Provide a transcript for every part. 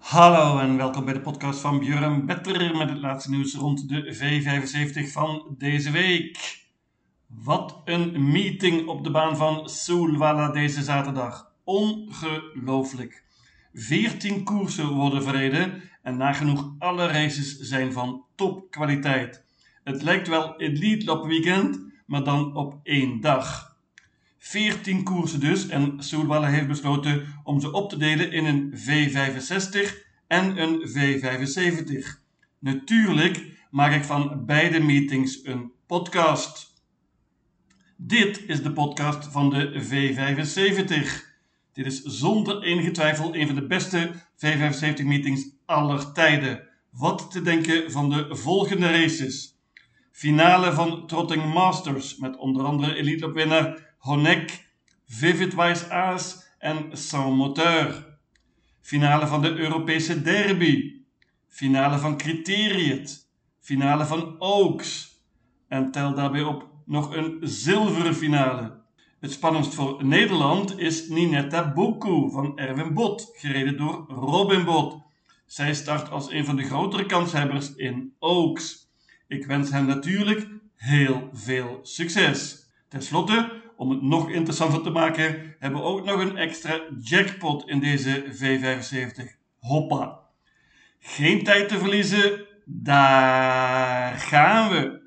Hallo en welkom bij de podcast van Björn Better met het laatste nieuws rond de V75 van deze week. Wat een meeting op de baan van Solvalla deze zaterdag. Ongelooflijk. 14 koersen worden verreden en nagenoeg alle races zijn van topkwaliteit. Het lijkt wel Elite Lop Weekend, maar dan op één dag. 14 koersen dus en Solvalla heeft besloten om ze op te delen in een V65 en een V75. Natuurlijk maak ik van beide meetings een podcast. Dit is de podcast van de V75. Dit is zonder enige twijfel een van de beste V75 meetings aller tijden. Wat te denken van de volgende races. Finale van Trotting Masters met onder andere Elite Lop winnaar Honeck, Vivid Wise Aas en Sans Moteur. Finale van de Europese Derby. Finale van Criteriet. Finale van Oaks. En tel daarbij op nog een zilveren finale. Het spannendst voor Nederland is Ninetta Boku van Erwin Bot, gereden door Robin Bot. Zij start als een van de grotere kanshebbers in Oaks. Ik wens hem natuurlijk heel veel succes. Ten slotte, om het nog interessanter te maken, hebben we ook nog een extra jackpot in deze V75. Hoppa! Geen tijd te verliezen, daar gaan we!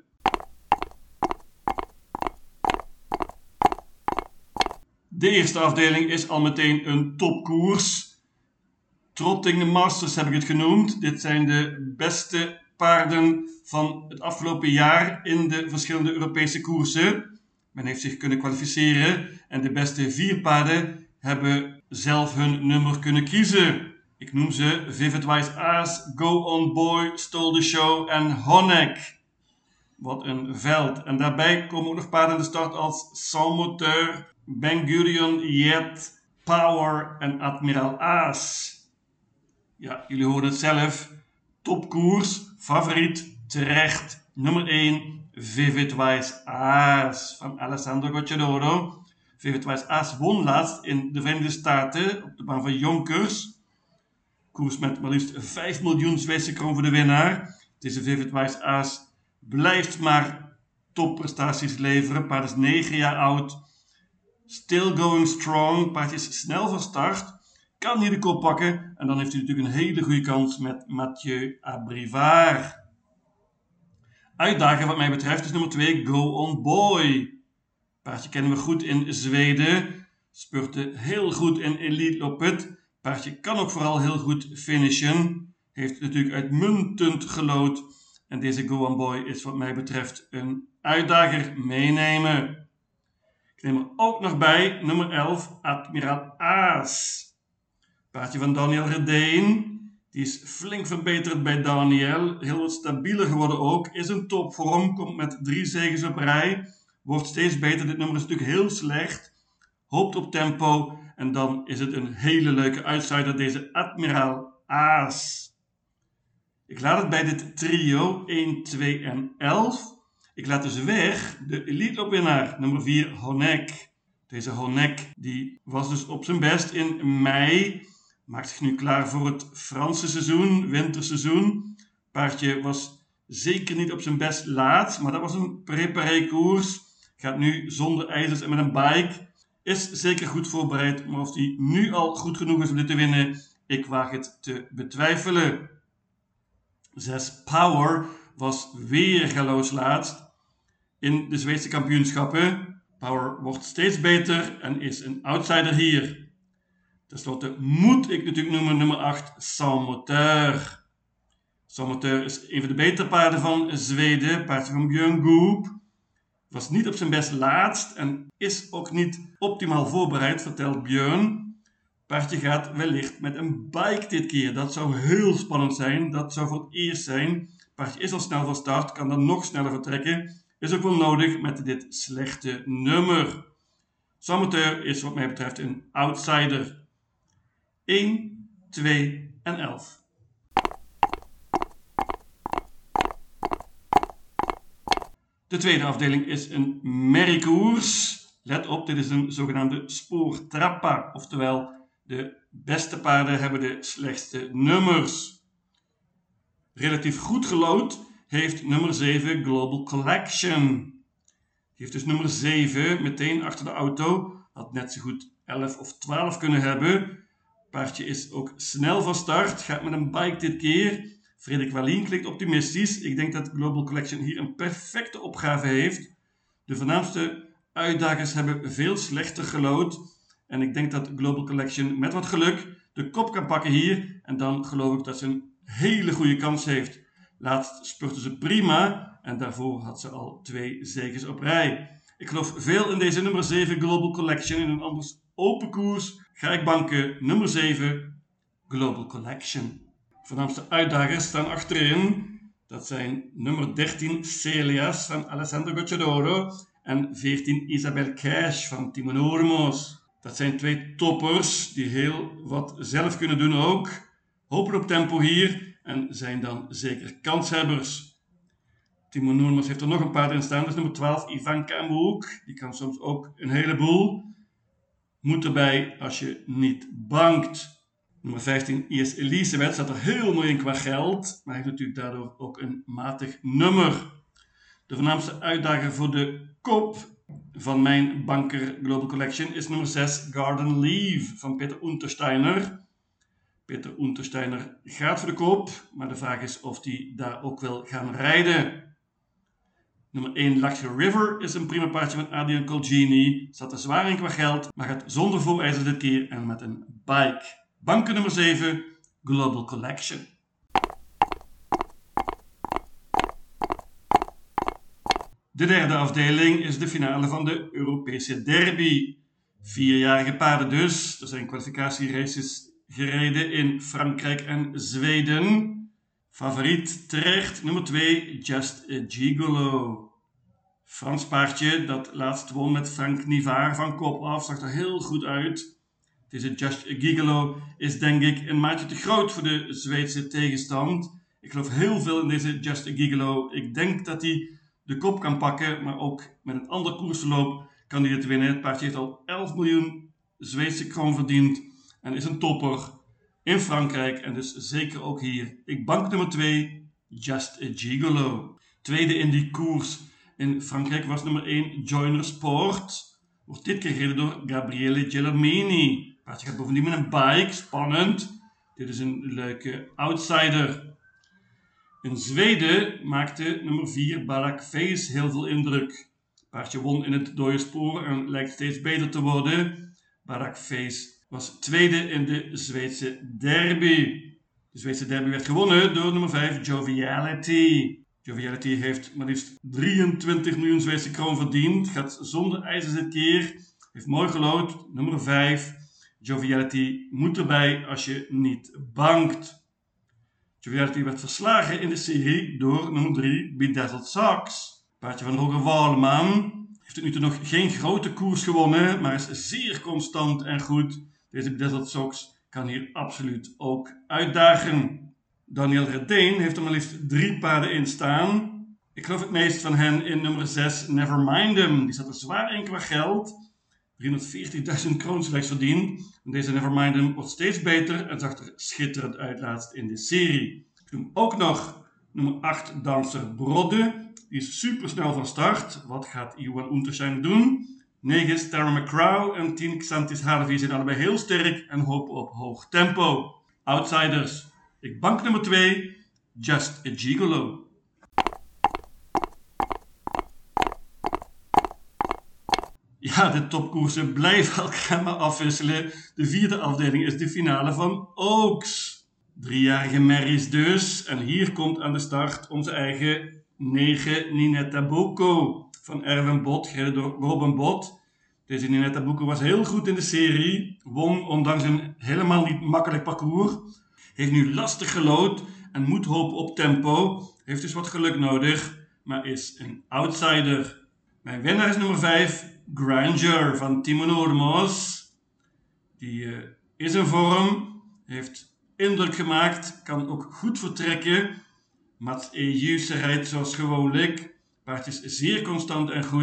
De eerste afdeling is al meteen een topkoers. Trotting Masters heb ik het genoemd. Dit zijn de beste paarden van het afgelopen jaar in de verschillende Europese koersen. Men heeft zich kunnen kwalificeren en de beste 4 paarden hebben zelf hun nummer kunnen kiezen. Ik noem ze Vivid Wise Aas, Go On Boy, Stole the Show en Honeck. Wat een veld. En daarbij komen ook nog paarden in de start als Sans Moteur, Ben Gurion, Jet, Power en Admiraal Aas. Ja, jullie horen het zelf. Topkoers, favoriet, terecht, nummer 1, Vivid Wise Aas van Alessandro Gocciadoro. Vivid Wise Aas won laatst in de Verenigde Staten op de baan van Yonkers. Koers met maar liefst 5 miljoen Zweedse kroon voor de winnaar. Deze Vivid Wise Aas blijft maar topprestaties leveren. Paard is 9 jaar oud. Still going strong. Paard is snel van start. Kan hier de kop pakken. En dan heeft hij natuurlijk een hele goede kans met Mathieu Abrivard. Uitdager wat mij betreft is nummer 2 Go On Boy. Paardje kennen we goed in Zweden. Spurte heel goed in Elite Lopet. Paardje kan ook vooral heel goed finishen. Heeft natuurlijk uitmuntend gelood. En deze Go On Boy is wat mij betreft een uitdager meenemen. Ik neem er ook nog bij nummer 11 Admiraal Aas. Paardje van Daniel Redeen. Die is flink verbeterd bij Daniel. Heel wat stabieler geworden ook. Is een topvorm. Komt met 3 zeges op rij. Wordt steeds beter. Dit nummer is natuurlijk heel slecht. Hoopt op tempo. En dan is het een hele leuke outsider. Deze Admiraal Aas. Ik laat het bij dit trio 1, 2 en 11. Ik laat dus weg de Elite Lop winnaar. Nummer 4 Honeck. Deze Honeck die was dus op zijn best in mei. Maakt zich nu klaar voor het Franse seizoen, winterseizoen. Paardje was zeker niet op zijn best laat, maar dat was een préparé koers. Gaat nu zonder ijzers en met een bike. Is zeker goed voorbereid, maar of hij nu al goed genoeg is om dit te winnen, ik waag het te betwijfelen. 6 Power was weer galoos laatst in de Zweedse kampioenschappen. Power wordt steeds beter en is een outsider hier. Ten slotte moet ik natuurlijk noemen nummer 8, Sans Moteur. Sans Moteur is een van de betere paarden van Zweden. Paardje van Björn Goop. Was niet op zijn best laatst en is ook niet optimaal voorbereid, vertelt Björn. Paardje gaat wellicht met een bike dit keer. Dat zou heel spannend zijn. Dat zou voor het eerst zijn. Paardje is al snel van start, kan dan nog sneller vertrekken. Is ook wel nodig met dit slechte nummer. Sans Moteur is wat mij betreft een outsider. 1, 2 en 11. De tweede afdeling is een merriekoers. Let op, dit is een zogenaamde spoortrappa, oftewel De beste paarden hebben de slechtste nummers. Relatief goed gelood heeft nummer 7 Global Collection. Die heeft dus nummer 7 meteen achter de auto. Had net zo goed 11 of 12 kunnen hebben. Paardje is ook snel van start. Gaat met een bike dit keer. Frederik Wallien klinkt optimistisch. Ik denk dat Global Collection hier een perfecte opgave heeft. De voornaamste uitdagers hebben veel slechter gelood. En ik denk dat Global Collection met wat geluk de kop kan pakken hier. En dan geloof ik dat ze een hele goede kans heeft. Laatst spurte ze prima. En daarvoor had ze al 2 zeges op rij. Ik geloof veel in deze nummer 7 Global Collection. In een anders open koers ga ik banken nummer 7 Global Collection. De voornaamste uitdagers staan achterin. Dat zijn nummer 13 Celias van Alessandro Gocciadoro en 14 Isabel Cash van Timo Nurmos. Dat zijn 2 toppers die heel wat zelf kunnen doen ook. Hopen op tempo hier en zijn dan zeker kanshebbers. Timo Nurmos heeft er nog een paar in staan. Dat is nummer 12 Ivanka Mouk. Die kan soms ook een heleboel. Moet erbij als je niet bankt. Nummer 15 IS Elisabeth staat er heel mooi in qua geld, maar heeft natuurlijk daardoor ook een matig nummer. De voornaamste uitdager voor de kop van mijn banker Global Collection is nummer 6 Garden Leave van Peter Untersteiner. Peter Untersteiner gaat voor de kop, maar de vraag is of hij daar ook wil gaan rijden. Nummer 1 Luxury River is een prima paardje van Adrian Colgini. Staat er zwaar in qua geld, maar gaat zonder voorijzer dit keer en met een bike. Banken nummer 7, Global Collection. De derde afdeling is de finale van de Europese derby. 4-jarige paarden dus. Er zijn kwalificatieraces gereden in Frankrijk en Zweden. Favoriet terecht, nummer 2, Just a Gigolo. Frans paardje dat laatst won met Frank Nivard van kop af, zag er heel goed uit. Deze Just a Gigolo is denk ik een maatje te groot voor de Zweedse tegenstand. Ik geloof heel veel in deze Just a Gigolo. Ik denk dat hij de kop kan pakken, maar ook met een ander koersverloop kan hij het winnen. Het paardje heeft al 11 miljoen Zweedse kroon verdiend en is een topper in Frankrijk en dus zeker ook hier. Ik bank nummer 2, Just a Gigolo. Tweede in die koers in Frankrijk was nummer 1, Joiner Sport. Wordt dit keer gereden door Gabriele Gelormini. Het paardje gaat bovendien met een bike, spannend. Dit is een leuke outsider. In Zweden maakte nummer 4 Barak Face heel veel indruk. Het paardje won in het dode spoor en lijkt steeds beter te worden. Barak Face was tweede in de Zweedse derby. De Zweedse derby werd gewonnen door nummer 5 Joviality. Joviality heeft maar liefst 23 miljoen Zweedse kroon verdiend. Gaat zonder ijzers dit keer. Heeft mooi gelood. Nummer 5. Joviality moet erbij als je niet bankt. Joviality werd verslagen in de serie door nummer 3 Bedazzled Sox. Paardje van Roger Walleman. Heeft tot nu toe nog geen grote koers gewonnen, maar is zeer constant en goed. Deze Bedazzled Sox kan hier absoluut ook uitdagen. Daniel Redeen heeft er maar liefst 3 paarden in staan. Ik geloof het meest van hen in nummer 6 Nevermind'em. Die zat er zwaar in qua geld. 340.000 kroon slechts verdiend. En deze Nevermind'em wordt steeds beter en zag er schitterend uit laatst in de serie. Ik noem ook nog nummer 8 Danser Brodde. Die is super snel van start. Wat gaat Johan Untersteiner doen? 9 Starra McCrow en 10 Xantis Harvey zijn allebei heel sterk en hopen op hoog tempo. Outsiders. Ik bank nummer 2, Just a Gigolo. Ja, de topkoersen blijven elkaar maar afwisselen. De vierde afdeling is de finale van Oaks. 3-jarige merries dus. En hier komt aan de start onze eigen 9 Ninetta Boko van Erwin Bot, gereden door Robin Bot. Deze Ninetta Boko was heel goed in de serie. Won ondanks een helemaal niet makkelijk parcours. Heeft nu lastig gelood en moet hopen op tempo. Heeft dus wat geluk nodig, maar is een outsider. Mijn winnaar is nummer 5, Granger van Timo Nurmos. Die is in vorm, heeft indruk gemaakt, kan ook goed vertrekken. Mats Ejuse rijdt zoals gewoonlijk. Paard is zeer constant en goed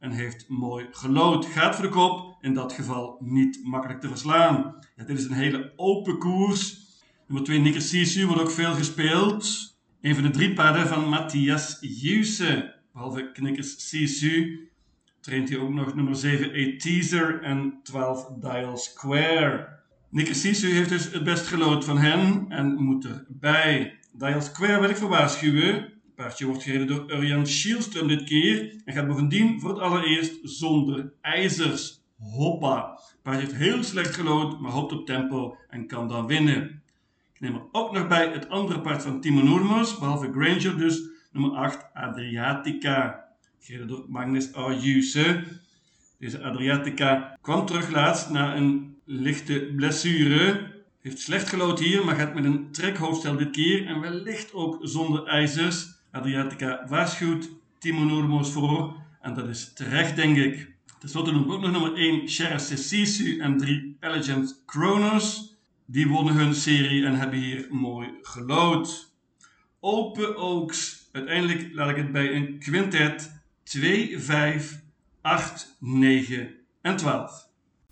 en heeft mooi gelood. Gaat voor de kop, in dat geval niet makkelijk te verslaan. Ja, dit is een hele open koers. Nummer 2 Nicker Sisu wordt ook veel gespeeld. Een van de 3 paarden van Matthias Jusse. Behalve Knickers Sisu traint hij ook nog nummer 7 A Teaser en 12 Dial Square. Nicker Sisu heeft dus het best gelood van hen en moet erbij. Dial Square wil ik voor waarschuwen. Het paardje wordt gereden door Urjan Schielström dit keer en gaat bovendien voor het allereerst zonder ijzers. Hoppa! Het paardje heeft heel slecht gelood, maar hoopt op tempo en kan dan winnen. Ik neem er ook nog bij het andere paard van Timo Noormos, behalve Granger dus, nummer 8 Adriatica. Gereden door Magnus Ayuse. Deze Adriatica kwam terug laatst na een lichte blessure. Heeft slecht gelood hier, maar gaat met een trekhoofdstel dit keer en wellicht ook zonder ijzers. Adriatica waarschuwt Timo Noormos voor en dat is terecht, denk ik. Ten slotte noem ik ook nog nummer 1 Cherse Sisu en 3 Elegant Kronos. Die wonnen hun serie en hebben hier mooi gelood. Open Oaks. Uiteindelijk laat ik het bij een quintet 2, 5, 8, 9 en 12.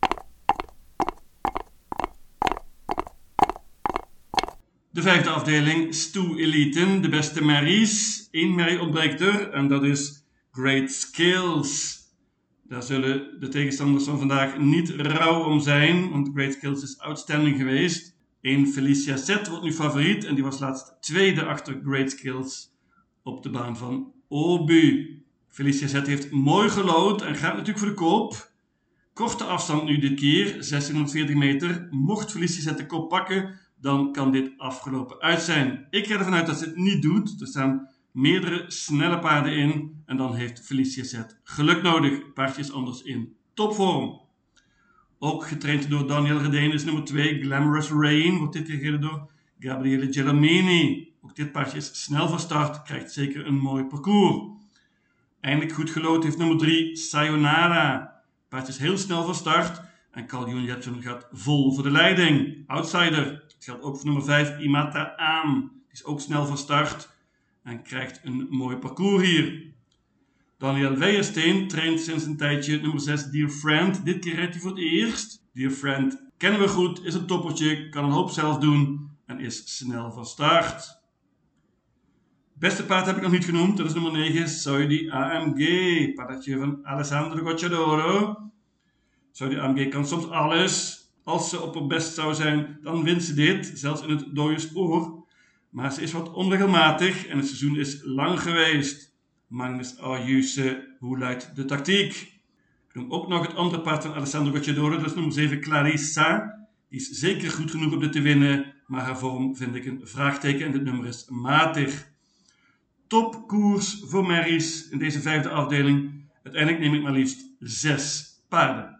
De 5e afdeling, Stoe Eliten, de beste merries. 1 merrie ontbreekt er en dat is Great Skills. Daar zullen de tegenstanders van vandaag niet rauw om zijn, want Great Skills is outstanding geweest. 1 Felicia Zet wordt nu favoriet en die was laatst tweede achter Great Skills op de baan van Obu. Felicia Zet heeft mooi gelood en gaat natuurlijk voor de kop. Korte afstand nu dit keer, 1640 meter. Mocht Felicia Zet de kop pakken, dan kan dit afgelopen uit zijn. Ik ga ervan uit dat ze het niet doet. Er staan meerdere snelle paarden in en dan heeft Felicia Zet geluk nodig. Het paardje is anders in topvorm. Ook getraind door Daniel Redeen is nummer 2 Glamorous Rain. Wordt dit keer gereden door Gabriele Gellamini. Ook dit paardje is snel van start, krijgt zeker een mooi parcours. Eindelijk goed gelood heeft nummer 3 Sayonara. Het paardje is heel snel van start en Carl Joen Jetson gaat vol voor de leiding. Outsider. Het geldt ook voor nummer 5 Imata Aan. Die is ook snel van start en krijgt een mooi parcours hier. Daniel Weijersteen traint sinds een tijdje nummer 6 Dear Friend. Dit keer rijdt hij voor het eerst. Dear Friend kennen we goed, is een toppertje, kan een hoop zelf doen en is snel van start. Beste paard heb ik nog niet genoemd, dat is nummer 9 Saudi AMG. Paardje van Alessandro Gocciadoro. Saudi AMG kan soms alles. Als ze op haar best zou zijn, dan wint ze dit, zelfs in het dode spoor. Maar ze is wat onregelmatig en het seizoen is lang geweest. Magnus Ayuse, hoe luidt de tactiek? Ik noem ook nog het andere paard van Alessandro Gocciadoro, dat is nummer 7 Clarissa. Die is zeker goed genoeg om dit te winnen, maar haar vorm vind ik een vraagteken en dit nummer is matig. Topkoers voor merries in deze 5e afdeling. Uiteindelijk neem ik maar liefst 6 paarden.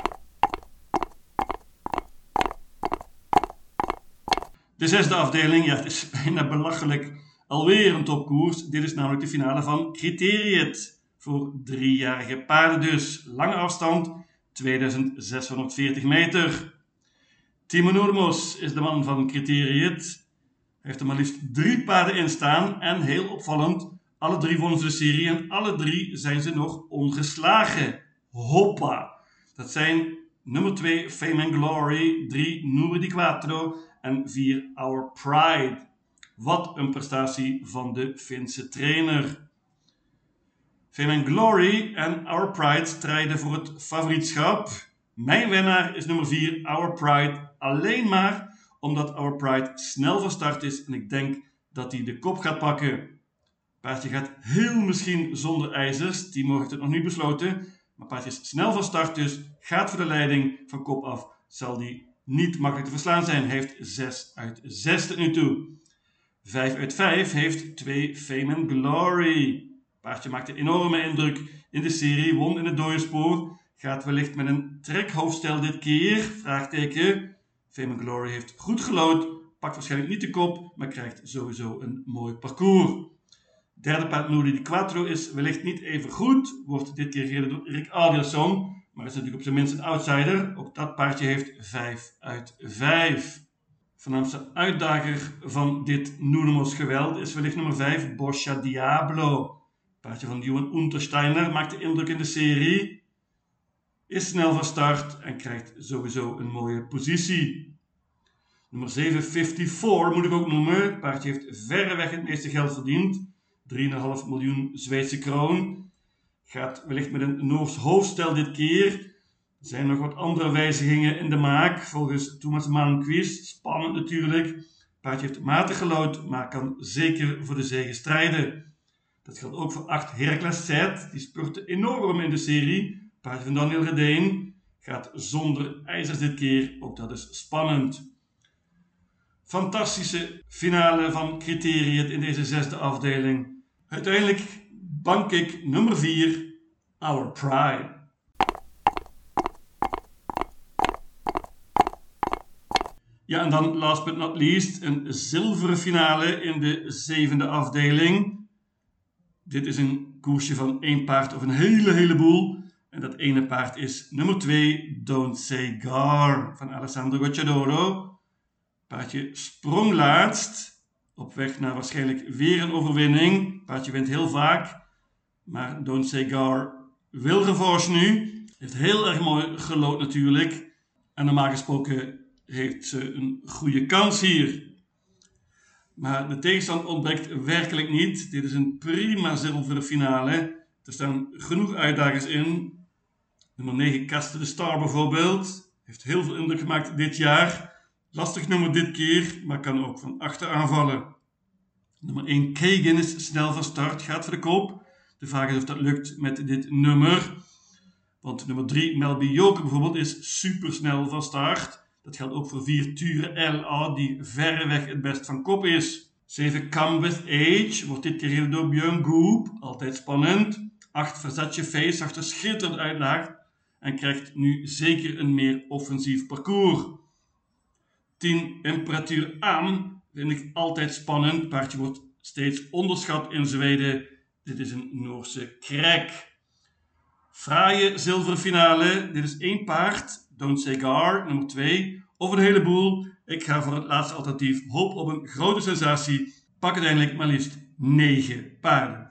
De 6e afdeling, ja, het is bijna belachelijk. Alweer een topkoers. Dit is namelijk de finale van Criteriet. Voor 3-jarige paarden dus. Lange afstand, 2640 meter. Timo Noormos is de man van Criteriet. Hij heeft er maar liefst 3 paarden in staan. En heel opvallend, alle 3 wonnen ze de serie en alle 3 zijn ze nog ongeslagen. Hoppa! Dat zijn nummer 2 Fame and Glory, 3 Numero di Quattro en 4 Our Pride. Wat een prestatie van de Finse trainer. Fame and Glory en Our Pride strijden voor het favorietschap. Mijn winnaar is nummer 4 Our Pride. Alleen maar omdat Our Pride snel van start is en ik denk dat hij de kop gaat pakken. Het paardje gaat heel misschien zonder ijzers. Timo heeft het nog niet besloten. Maar het paardje is snel van start dus. Gaat voor de leiding van kop af. Zal die niet makkelijk te verslaan zijn. Hij heeft 6 uit 6 tot nu toe. 5 uit 5 heeft 2 Fame and Glory. Het paardje maakte enorme indruk in de serie. Won in het dode spoor. Gaat wellicht met een trekhoofdstel dit keer. Vraagteken. Fame and Glory heeft goed gelood. Pakt waarschijnlijk niet de kop. Maar krijgt sowieso een mooi parcours. Derde paard Numero di Quattro is wellicht niet even goed. Wordt dit keer gereden door Rick Adielson. Maar is natuurlijk op zijn minst een outsider. Ook dat paardje heeft 5 uit 5. Voornaamste uitdager van dit Noormos geweld is wellicht nummer 5 Boscia Diablo. Paardje van Johan Untersteiner maakt de indruk in de serie. Is snel van start en krijgt sowieso een mooie positie. Nummer 7, 54 moet ik ook noemen. Het paardje heeft verreweg het meeste geld verdiend. 3,5 miljoen Zweedse kroon. Gaat wellicht met een Noors hoofdstel dit keer. Er zijn nog wat andere wijzigingen in de maak. Volgens Thomas Malmqvist. Spannend natuurlijk. Het paardje heeft matig gelood, maar kan zeker voor de zege strijden. Dat geldt ook voor 8 Heracles Zet. Die spurte enorm in de serie. Het paardje van Daniel Redeen gaat zonder ijzers dit keer. Ook dat is spannend. Fantastische finale van Criteriët in deze 6e afdeling. Uiteindelijk bank ik nummer 4, Our Pride. Ja, en dan last but not least een zilveren finale in de 7e afdeling. Dit is een koersje van 1 paard of een heleboel. En dat ene paard is nummer 2, Don't Say Gar van Alessandro Gocciadoro. Paardje sprong laatst, op weg naar waarschijnlijk weer een overwinning. Paardje wint heel vaak, maar Don't Say Gar wil revanche nu. Heeft heel erg mooi gelood natuurlijk. En normaal gesproken heeft ze een goede kans hier. Maar de tegenstand ontbreekt werkelijk niet. Dit is een prima zilveren finale. Er staan genoeg uitdagers in. Nummer 9, Caste de Star bijvoorbeeld. Heeft heel veel indruk gemaakt dit jaar. Lastig nummer dit keer, maar kan ook van achter aanvallen. Nummer 1, Kagan is snel van start, gaat voor de koop. De vraag is of dat lukt met dit nummer. Want nummer 3, Melby Joker bijvoorbeeld, is super snel van start. Dat geldt ook voor 4, Ture LA, die verreweg het best van kop is. 7, Come With Age, wordt dit keer gereden door Björn Goop, altijd spannend. 8, Versace Face, zag er schitterend uit en krijgt nu zeker een meer offensief parcours. 10, Imperatuur aan, vind ik altijd spannend. Het paardje wordt steeds onderschat in Zweden. Dit is een Noorse crack. Fraaie zilveren finale. Dit is 1 paard. Don't Say Gar, nummer 2. Of een heleboel. Ik ga voor het laatste alternatief. Hoop op een grote sensatie. Pak uiteindelijk maar liefst 9 paarden.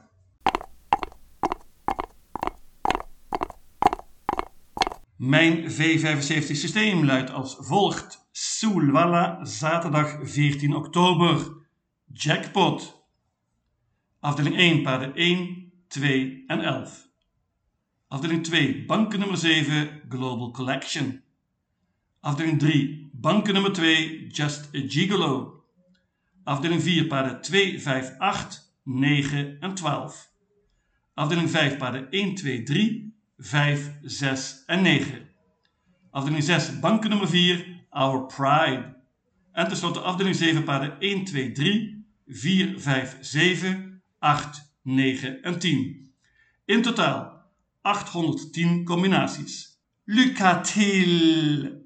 Mijn V75 systeem luidt als volgt. Solvalla, zaterdag 14 oktober. Jackpot. Afdeling 1, paarden 1, 2 en 11. Afdeling 2, banken nummer 7, Global Collection. Afdeling 3, banken nummer 2, Just a Gigolo. Afdeling 4, paarden 2, 5, 8, 9 en 12. Afdeling 5, paarden 1, 2, 3, 5, 6 en 9. Afdeling 6, banken nummer 4, Our Pride. En tenslotte afdeling 7, paarden 1, 2, 3, 4, 5, 7, 8, 9 en 10. In totaal 810 combinaties. Lycka till!